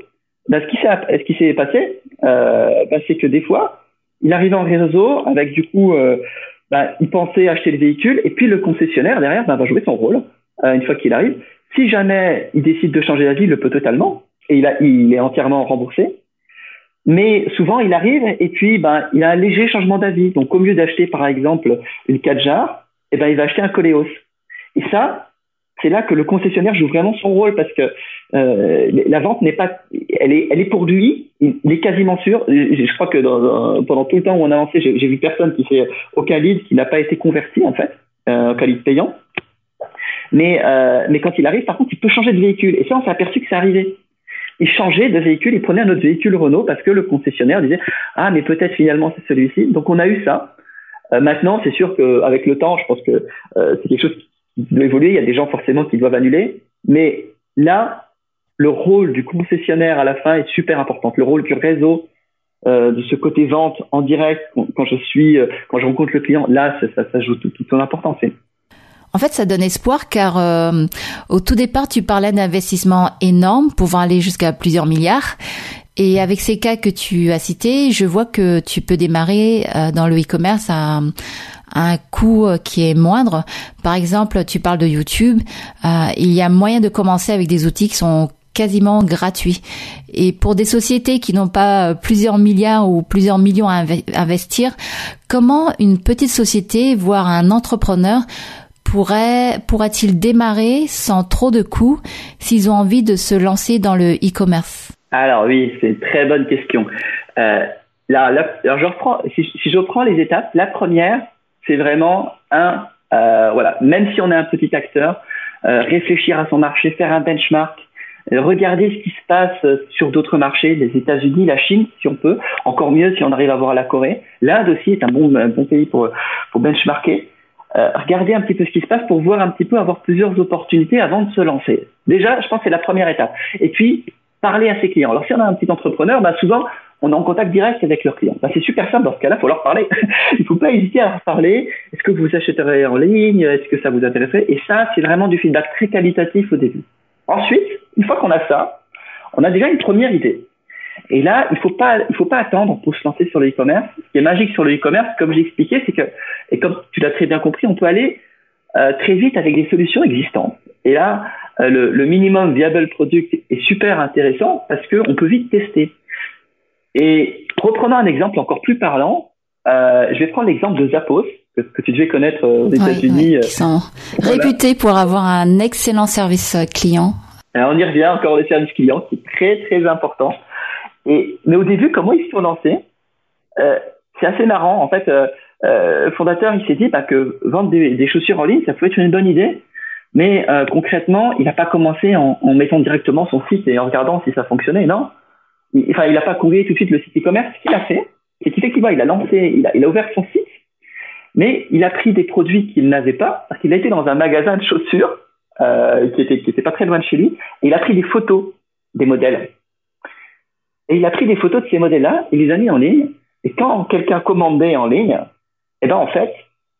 ce qui s'est passé, c'est que des fois, il arrive en réseau avec du coup, il pensait acheter le véhicule, et puis le concessionnaire derrière va jouer son rôle une fois qu'il arrive. Si jamais il décide de changer d'avis, il le peut totalement, et il est entièrement remboursé. Mais souvent, il arrive et puis il a un léger changement d'avis. Donc, au lieu d'acheter par exemple une Kadjar, il va acheter un Koleos. Et ça, c'est là que le concessionnaire joue vraiment son rôle, parce que la vente n'est pas, elle est pour lui, il est quasiment sûr. Je crois que pendant tout le temps où on a lancé, j'ai vu personne qui fait aucun lead qui n'a pas été converti en fait, aucun lead payant. Mais quand il arrive, par contre, il peut changer de véhicule. Et ça, on s'est aperçu que c'est arrivé. Il changeait de véhicule, il prenait un autre véhicule Renault parce que le concessionnaire disait « Ah, mais peut-être finalement c'est celui-ci ». Donc on a eu ça. Maintenant, c'est sûr qu'avec le temps, je pense que c'est quelque chose qui doit évoluer. Il y a des gens forcément qui doivent annuler. Mais là, le rôle du concessionnaire à la fin est super important. Le rôle du réseau, de ce côté vente en direct, quand je rencontre le client, là, ça joue toute son importance.
En fait, ça donne espoir, car au tout départ, tu parlais d'investissements énormes pouvant aller jusqu'à plusieurs milliards. Et avec ces cas que tu as cités, je vois que tu peux démarrer dans le e-commerce à un coût qui est moindre. Par exemple, tu parles de YouTube. Il y a moyen de commencer avec des outils qui sont quasiment gratuits. Et pour des sociétés qui n'ont pas plusieurs milliards ou plusieurs millions à investir, comment une petite société, voire un entrepreneur, pourra-t-il démarrer sans trop de coûts s'ils ont envie de se lancer dans le e-commerce?
Alors oui, c'est une très bonne question. Alors si je reprends les étapes, la première, c'est vraiment même si on est un petit acteur, réfléchir à son marché, faire un benchmark, regarder ce qui se passe sur d'autres marchés, les États-Unis, la Chine, si on peut, encore mieux si on arrive à voir la Corée. L'Inde aussi est un bon pays pour benchmarker. Regarder un petit peu ce qui se passe pour voir un petit peu, avoir plusieurs opportunités avant de se lancer. Déjà, je pense que c'est la première étape. Et puis, parler à ses clients. Alors, si on a un petit entrepreneur, souvent, on est en contact direct avec leurs clients. C'est super simple. Dans ce cas-là, il faut leur parler. Il ne faut pas hésiter à leur parler. Est-ce que vous achèterez en ligne? Est-ce que ça vous intéresserait? Et ça, c'est vraiment du feedback très qualitatif au début. Ensuite, une fois qu'on a ça, on a déjà une première idée. Et là, il faut pas attendre pour se lancer sur le e-commerce. Ce qui est magique sur le e-commerce, comme j'ai expliqué, c'est que, et comme tu l'as très bien compris, on peut aller très vite avec des solutions existantes. Et là, le minimum viable product est super intéressant parce qu'on peut vite tester. Et reprenons un exemple encore plus parlant. Je vais prendre l'exemple de Zappos, que tu devais connaître aux États-Unis.
Qui sont réputés pour avoir un excellent service client.
Alors, on y revient encore le service client, qui est très très important. Mais au début, comment ils se sont lancés, c'est assez marrant. En fait, le fondateur, il s'est dit que vendre des chaussures en ligne, ça pouvait être une bonne idée. Mais concrètement, il n'a pas commencé en mettant directement son site et en regardant si ça fonctionnait, non. Il n'a pas couru tout de suite le site e-commerce. Ce qu'il a fait, c'est qu'effectivement, il a ouvert son site, mais il a pris des produits qu'il n'avait pas, parce qu'il a été dans un magasin de chaussures qui était pas très loin de chez lui, et il a pris des photos des modèles. Et il a pris des photos de ces modèles-là, il les a mis en ligne, et quand quelqu'un commandait en ligne, en fait,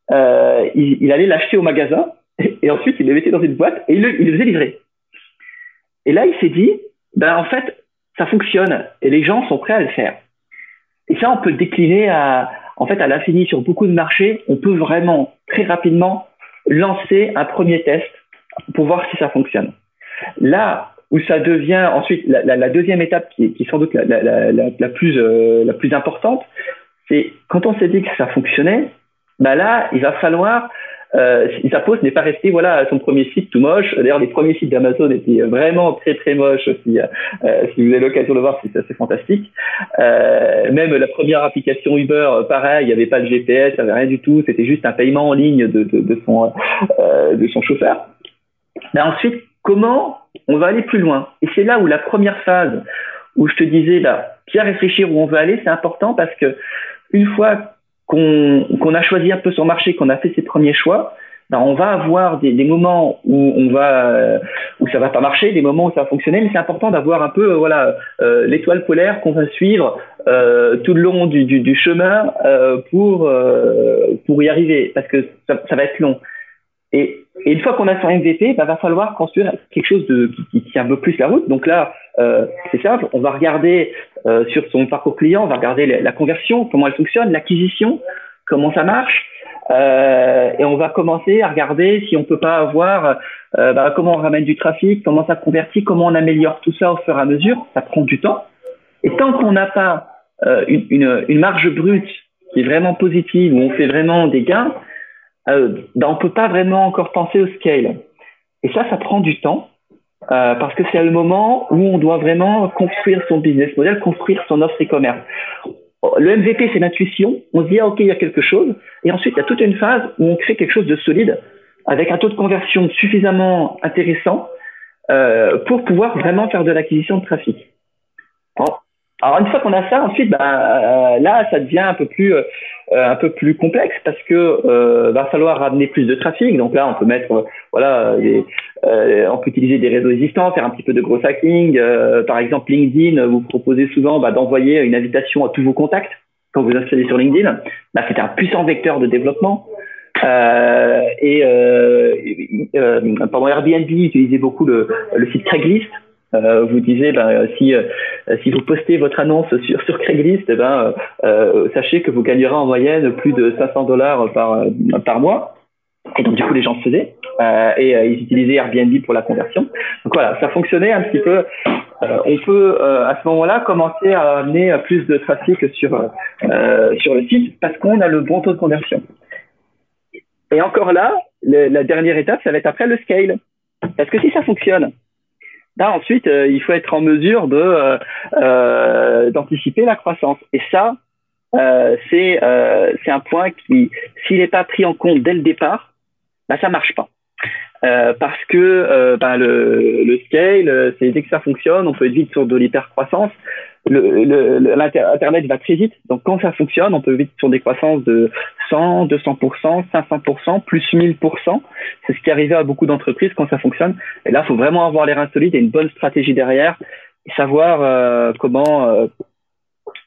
il allait l'acheter au magasin, et ensuite il le mettait dans une boîte, et il le faisait livrer. Et là, il s'est dit, en fait, ça fonctionne, et les gens sont prêts à le faire. Et ça, on peut le décliner à l'infini sur beaucoup de marchés. On peut vraiment, très rapidement, lancer un premier test pour voir si ça fonctionne. Là où ça devient ensuite la deuxième étape qui est sans doute la plus importante, c'est quand on s'est dit que ça fonctionnait, là, il va falloir Zappos n'est pas resté à son premier site tout moche. D'ailleurs, les premiers sites d'Amazon étaient vraiment très très moches. Si vous avez l'occasion de le voir, c'est assez fantastique. Même la première application Uber, pareil, il n'y avait pas de GPS, il n'y avait rien du tout. C'était juste un paiement en ligne de son chauffeur. Mais ensuite, comment on va aller plus loin? Et c'est là où la première phase, où je te disais, bien réfléchir où on veut aller, c'est important parce que une fois qu'on a choisi un peu son marché, qu'on a fait ses premiers choix, on va avoir des moments où ça va pas marcher, des moments où ça va fonctionner, mais c'est important d'avoir un peu l'étoile polaire qu'on va suivre tout le long du chemin pour y arriver, parce que ça va être long. Et une fois qu'on a son MVP, va falloir construire quelque chose qui tient un peu plus la route. Donc là, c'est simple, on va regarder sur son parcours client, on va regarder la conversion, comment elle fonctionne, l'acquisition, comment ça marche, et on va commencer à regarder si on peut pas avoir comment on ramène du trafic, comment ça convertit, comment on améliore tout ça au fur et à mesure. Ça prend du temps. Et tant qu'on n'a pas une marge brute qui est vraiment positive, où on fait vraiment des gains, on peut pas vraiment encore penser au scale. Et ça prend du temps. Parce que c'est le moment où on doit vraiment construire son business model, construire son offre e-commerce. Le MVP, c'est l'intuition. On se dit, ok, il y a quelque chose. Et ensuite, il y a toute une phase où on crée quelque chose de solide, avec un taux de conversion suffisamment intéressant pour pouvoir vraiment faire de l'acquisition de trafic. Alors une fois qu'on a ça, ensuite, là, ça devient un peu plus complexe parce que va falloir ramener plus de trafic. Donc là, on peut mettre, on peut utiliser des réseaux existants, faire un petit peu de gros hacking. Par exemple, LinkedIn, vous proposez souvent d'envoyer une invitation à tous vos contacts quand vous inscrivez sur LinkedIn. C'est un puissant vecteur de développement. Airbnb utilisait beaucoup le site Craigslist. Vous disiez si vous postez votre annonce sur Craigslist, sachez que vous gagnerez en moyenne plus de $500 par mois. Et donc du coup les gens se faisaient ils utilisaient Airbnb pour la conversion. Donc voilà, ça fonctionnait un petit peu. On peut à ce moment-là commencer à amener plus de trafic sur le site parce qu'on a le bon taux de conversion. Et encore là, la dernière étape, ça va être après le scale. Parce que si ça fonctionne, là, ensuite, il faut être en mesure d'anticiper la croissance. Et ça, c'est un point qui, s'il n'est pas pris en compte dès le départ, ça marche pas. Parce que le scale, c'est dès que ça fonctionne, on peut être vite sur de l'hypercroissance. Internet va très vite, donc quand ça fonctionne, on peut vite sur des croissances de 100, 200%, 500%, plus 1000%. C'est ce qui arrivait à beaucoup d'entreprises quand ça fonctionne. Et là, il faut vraiment avoir les reins solides et une bonne stratégie derrière, et savoir comment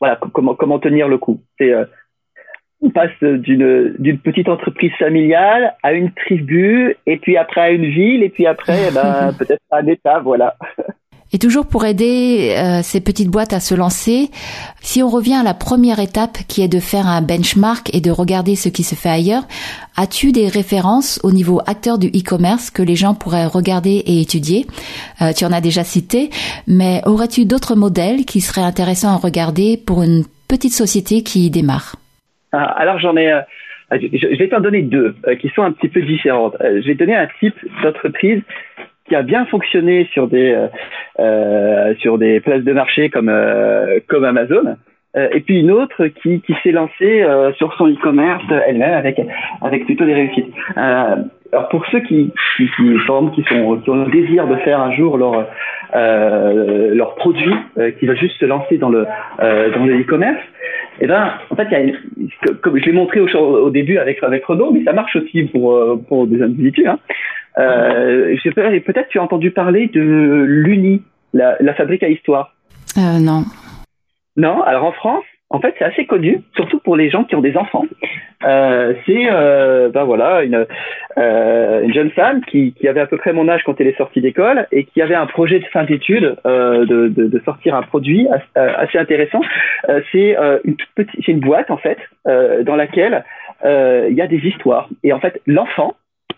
voilà, comment tenir le coup. On passe d'une petite entreprise familiale à une tribu, et puis après à une ville, et puis après, peut-être à un État, voilà.
Et toujours pour aider ces petites boîtes à se lancer, si on revient à la première étape qui est de faire un benchmark et de regarder ce qui se fait ailleurs, as-tu des références au niveau acteur du e-commerce que les gens pourraient regarder et étudier? Tu en as déjà cité, mais aurais-tu d'autres modèles qui seraient intéressants à regarder pour une petite société qui démarre?
Alors j'en ai, je vais t'en donner deux qui sont un petit peu différentes. Je vais te donner un type d'entreprise qui a bien fonctionné sur des places de marché comme Amazon, et puis une autre qui s'est lancée sur son e-commerce elle-même avec plutôt des réussites. Alors pour ceux qui ont le désir de faire un jour leur produit, qui va juste se lancer dans le e-commerce, en fait, comme je l'ai montré au début avec Renaud, mais ça marche aussi pour des individus. Peut-être tu as entendu parler de l'Uni, la fabrique à histoire.
Non.
Non. Alors en France, en fait, c'est assez connu, surtout pour les gens qui ont des enfants. C'est une jeune femme qui avait à peu près mon âge quand elle est sortie d'école et qui avait un projet de fin d'études de sortir un produit assez intéressant. C'est une boîte en fait dans laquelle il y a des histoires, et en fait l'enfant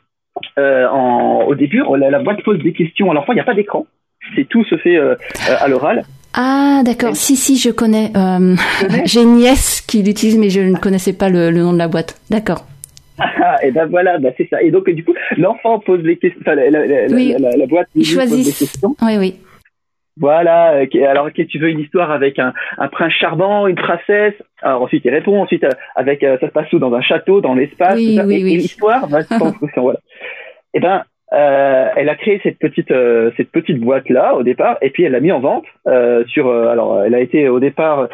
au début la boîte pose des questions à l'enfant. Il n'y a pas d'écran, tout se fait à l'oral.
Ah, d'accord. Si, je connais. J'ai une nièce qui l'utilise, mais je ne connaissais pas le nom de la boîte. D'accord.
Et voilà, c'est ça. Et donc, du coup, l'enfant pose les questions, la boîte pose des questions.
Oui.
Voilà. Alors, tu veux une histoire avec un prince charmant, une princesse. Alors, ensuite, il répond. Ensuite, ça se passe où? Dans un château, dans l'espace.
Oui.
Et l'histoire va se fonction. Voilà. Elle a créé cette petite boîte là au départ, et puis elle l'a mis en vente elle a été au départ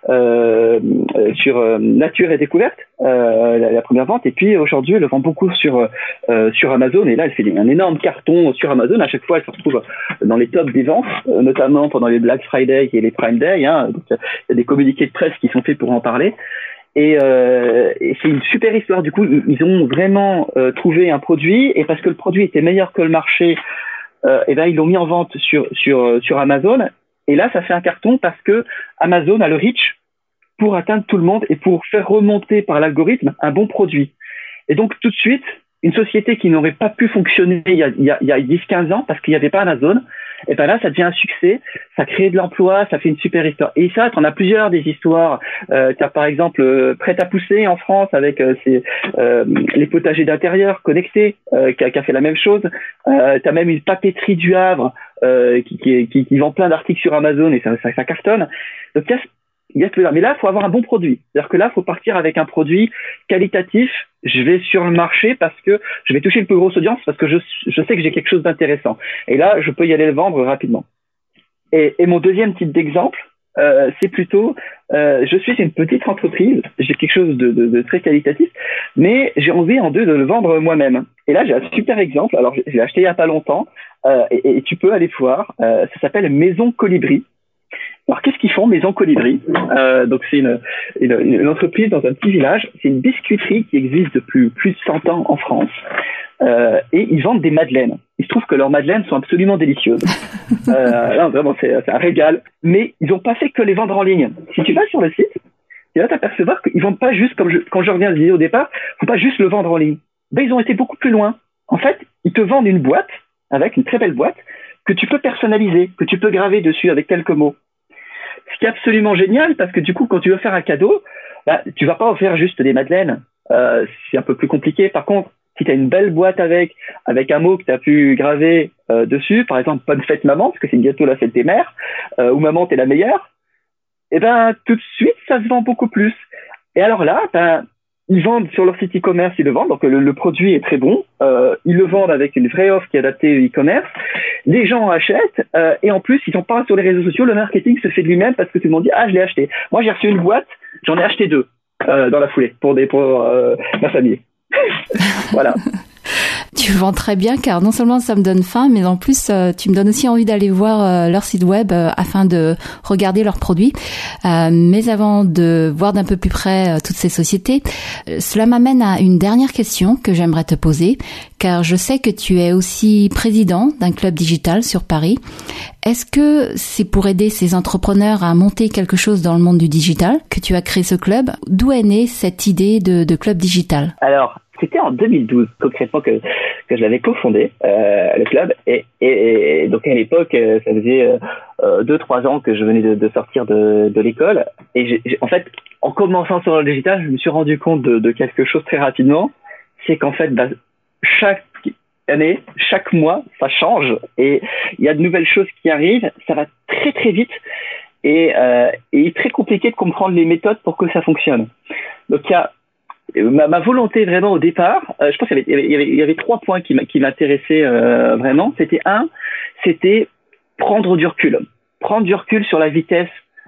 sur Nature et Découverte, la première vente, et puis aujourd'hui elle le vend beaucoup sur Amazon, et là elle fait un énorme carton sur Amazon. À chaque fois elle se retrouve dans les tops des ventes, notamment pendant les Black Friday et les Prime Day, donc il y a des communiqués de presse qui sont faits pour en parler. Et c'est une super histoire. Du coup, ils ont vraiment trouvé un produit, et parce que le produit était meilleur que le marché, ils l'ont mis en vente sur Amazon. Et là, ça fait un carton parce que Amazon a le reach pour atteindre tout le monde et pour faire remonter par l'algorithme un bon produit. Et donc, tout de suite, une société qui n'aurait pas pu fonctionner il y a 10-15 ans parce qu'il n'y avait pas Amazon, et là, ça devient un succès, ça crée de l'emploi, ça fait une super histoire. Et ça, t'en as plusieurs des histoires. T'as par exemple Prêt à pousser en France avec les potagers d'intérieur connectés, qui a fait la même chose. T'as même une papeterie du Havre qui vend plein d'articles sur Amazon, et ça cartonne. Donc mais là, il faut avoir un bon produit. C'est-à-dire que là, il faut partir avec un produit qualitatif. Je vais sur le marché parce que je vais toucher une plus grosse audience, parce que je sais que j'ai quelque chose d'intéressant. Et là, je peux y aller le vendre rapidement. Et mon deuxième type d'exemple, c'est plutôt, je suis une petite entreprise, j'ai quelque chose de très qualitatif, mais j'ai envie de le vendre moi-même. Et là, j'ai un super exemple. Alors, je l'ai acheté il y a pas longtemps, et tu peux aller voir. Ça s'appelle Maison Colibri. Alors, qu'est-ce qu'ils font, Maison Colibri? Donc, c'est une entreprise dans un petit village. C'est une biscuiterie qui existe depuis plus de 100 ans en France. Et ils vendent des madeleines. Il se trouve que leurs madeleines sont absolument délicieuses. Là, vraiment, c'est un régal. Mais ils n'ont pas fait que les vendre en ligne. Si tu vas sur le site, tu vas t'apercevoir qu'ils vendent pas juste, quand je reviens à dire au départ, faut pas juste le vendre en ligne. Ils ont été beaucoup plus loin. En fait, ils te vendent une boîte, avec une très belle boîte, que tu peux personnaliser, que tu peux graver dessus avec quelques mots. Ce qui est absolument génial, parce que du coup, quand tu veux faire un cadeau, tu vas pas offrir juste des madeleines. C'est un peu plus compliqué. Par contre, si tu as une belle boîte avec un mot que tu as pu graver dessus, par exemple, bonne fête maman, parce que c'est bientôt la fête des mères, ou maman, t'es la meilleure, tout de suite, ça se vend beaucoup plus. Et alors là, ils vendent sur leur site e-commerce, ils le vendent, donc le produit est très bon, ils le vendent avec une vraie offre qui est adaptée au e-commerce, les gens achètent, et en plus, ils en parlent sur les réseaux sociaux, le marketing se fait de lui-même parce que tout le monde dit « Ah, je l'ai acheté ». Moi, j'ai reçu une boîte, j'en ai acheté 2 dans la foulée pour ma famille. Voilà.
Tu vends très bien car non seulement ça me donne faim, mais en plus tu me donnes aussi envie d'aller voir leur site web afin de regarder leurs produits. Mais avant de voir d'un peu plus près toutes ces sociétés, cela m'amène à une dernière question que j'aimerais te poser, car je sais que tu es aussi président d'un club digital sur Paris. Est-ce que c'est pour aider ces entrepreneurs à monter quelque chose dans le monde du digital que tu as créé ce club? D'où est née cette idée de club digital?
Alors, c'était en 2012 concrètement que je l'avais cofondé, le club, et donc à l'époque ça faisait 2-3 ans que je venais de sortir de l'école, et en fait en commençant sur le digital, je me suis rendu compte de quelque chose très rapidement, c'est qu'en fait chaque année, chaque mois, ça change et il y a de nouvelles choses qui arrivent, ça va très très vite et il est très compliqué de comprendre les méthodes pour que ça fonctionne. Donc il y a ma volonté vraiment au départ, je pense qu'il y avait 3 points qui m'intéressaient vraiment. C'était prendre du recul sur la vitesse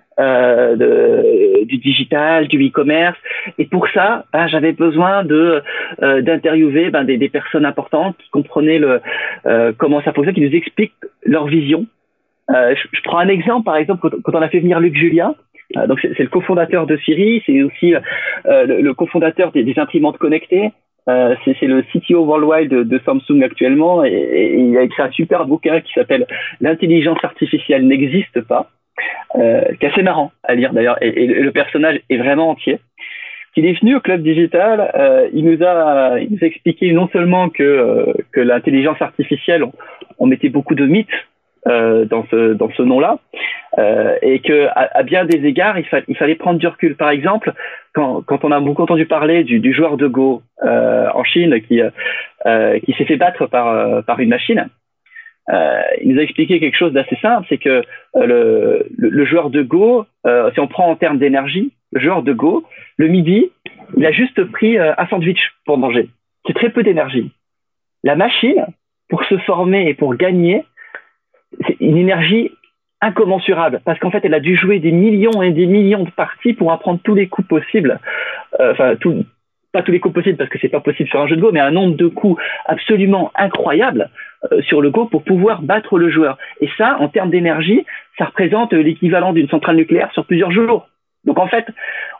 du digital, du e-commerce. Et pour ça, j'avais besoin d'interviewer des personnes importantes qui comprenaient comment ça fonctionne, qui nous expliquent leur vision. Je prends un exemple, par exemple, quand on a fait venir Luc Julia. Donc c'est le cofondateur de Siri, c'est aussi le cofondateur des imprimantes connectées, c'est le CTO worldwide de Samsung actuellement, et il a écrit un super bouquin qui s'appelle L'intelligence artificielle n'existe pas, qui est assez marrant à lire d'ailleurs, et le personnage est vraiment entier. Il est venu au club digital, il nous a expliqué non seulement que l'intelligence artificielle, on mettait beaucoup de mythes dans ce nom-là, et que à bien des égards il fallait prendre du recul. Par exemple, quand on a beaucoup entendu parler du joueur de Go en Chine qui s'est fait battre par une machine, il nous a expliqué quelque chose d'assez simple, c'est que le joueur de Go, si on prend en termes d'énergie, le joueur de Go, le midi, il a juste pris un sandwich pour manger. C'est très peu d'énergie. La machine, pour se former et pour gagner, c'est une énergie incommensurable, parce qu'en fait, elle a dû jouer des millions et des millions de parties pour apprendre tous les coups possibles. Pas tous les coups possibles, parce que c'est pas possible sur un jeu de Go, mais un nombre de coups absolument incroyable sur le Go pour pouvoir battre le joueur. Et ça, en termes d'énergie, ça représente l'équivalent d'une centrale nucléaire sur plusieurs jours. Donc en fait,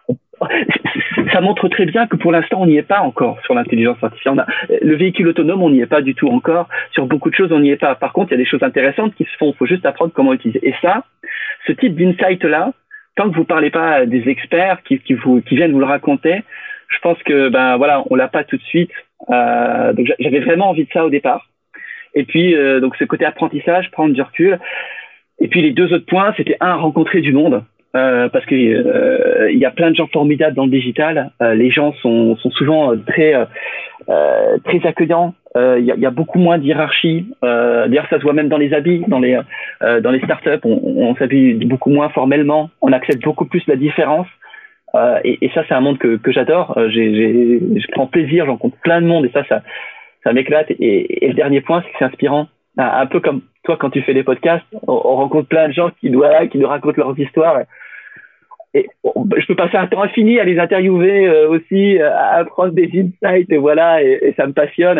ça montre très bien que pour l'instant, on n'y est pas encore sur l'intelligence artificielle. Le véhicule autonome, on n'y est pas du tout encore. Sur beaucoup de choses, on n'y est pas. Par contre, il y a des choses intéressantes qui se font. Il faut juste apprendre comment utiliser. Et ça, ce type d'insight-là, tant que vous parlez pas des experts qui viennent vous le raconter, je pense que on l'a pas tout de suite. Donc j'avais vraiment envie de ça au départ. Et puis donc ce côté apprentissage, prendre du recul. Et puis les 2 autres points, c'était rencontrer du monde. Parce que il y a plein de gens formidables dans le digital. Les gens sont souvent très accueillants. Il y a beaucoup moins de hiérarchie. D'ailleurs, ça se voit même dans les habits, dans les startups. On s'habille beaucoup moins formellement. On accepte beaucoup plus la différence. Et ça, c'est un monde que j'adore. Je prends plaisir. J'en rencontre plein de monde et ça m'éclate. Et le dernier point, c'est que c'est inspirant. Un peu comme toi, quand tu fais des podcasts, on rencontre plein de gens qui nous racontent leurs histoires. Et je peux passer un temps infini à les interviewer aussi, à prendre des insights, et voilà, et ça me passionne.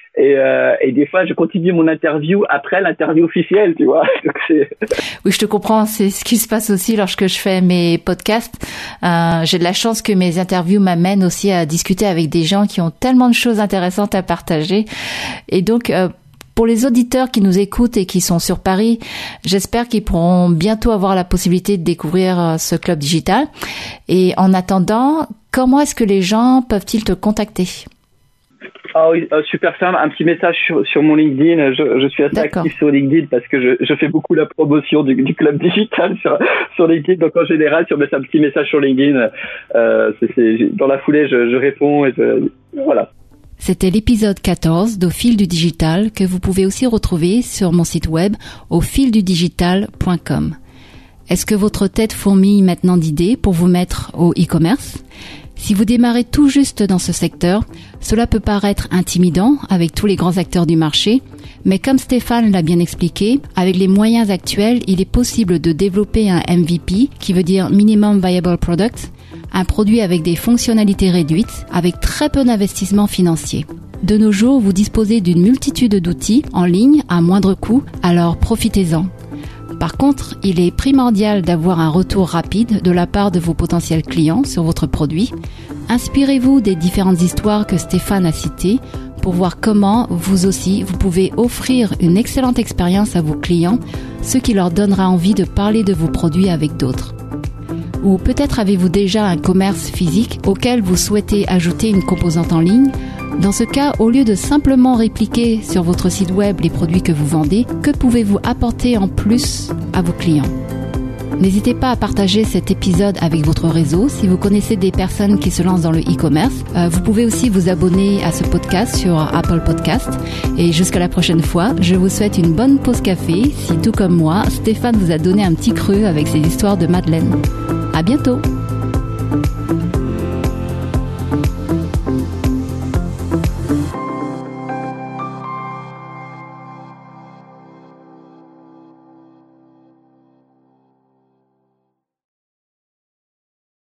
Et des fois, je continue mon interview après l'interview officielle, tu vois. Donc
oui, je te comprends. C'est ce qui se passe aussi lorsque je fais mes podcasts. J'ai de la chance que mes interviews m'amènent aussi à discuter avec des gens qui ont tellement de choses intéressantes à partager. Et donc, pour les auditeurs qui nous écoutent et qui sont sur Paris, j'espère qu'ils pourront bientôt avoir la possibilité de découvrir ce club digital. Et en attendant, comment est-ce que les gens peuvent-ils te contacter?
Ah oui, super simple, un petit message sur mon LinkedIn. Je suis assez actif sur LinkedIn parce que je fais beaucoup la promotion du club digital sur LinkedIn. Donc en général, si on met un petit message sur LinkedIn, dans la foulée, je réponds et voilà.
C'était l'épisode 14 d'Au fil du digital que vous pouvez aussi retrouver sur mon site web aufildudigital.com. Est-ce que votre tête fourmille maintenant d'idées pour vous mettre au e-commerce? Si vous démarrez tout juste dans ce secteur, cela peut paraître intimidant avec tous les grands acteurs du marché, mais comme Stéphane l'a bien expliqué, avec les moyens actuels, il est possible de développer un MVP, qui veut dire Minimum Viable Product, un produit avec des fonctionnalités réduites, avec très peu d'investissement financier. De nos jours, vous disposez d'une multitude d'outils en ligne à moindre coût, alors profitez-en. Par contre, il est primordial d'avoir un retour rapide de la part de vos potentiels clients sur votre produit. Inspirez-vous des différentes histoires que Stéphane a citées pour voir comment, vous aussi, vous pouvez offrir une excellente expérience à vos clients, ce qui leur donnera envie de parler de vos produits avec d'autres. Ou peut-être avez-vous déjà un commerce physique auquel vous souhaitez ajouter une composante en ligne. Dans ce cas, au lieu de simplement répliquer sur votre site web les produits que vous vendez, que pouvez-vous apporter en plus à vos clients ? N'hésitez pas à partager cet épisode avec votre réseau si vous connaissez des personnes qui se lancent dans le e-commerce. Vous pouvez aussi vous abonner à ce podcast sur Apple Podcast. Et jusqu'à la prochaine fois, je vous souhaite une bonne pause café si, tout comme moi, Stéphane vous a donné un petit creux avec ses histoires de Madeleine. À bientôt!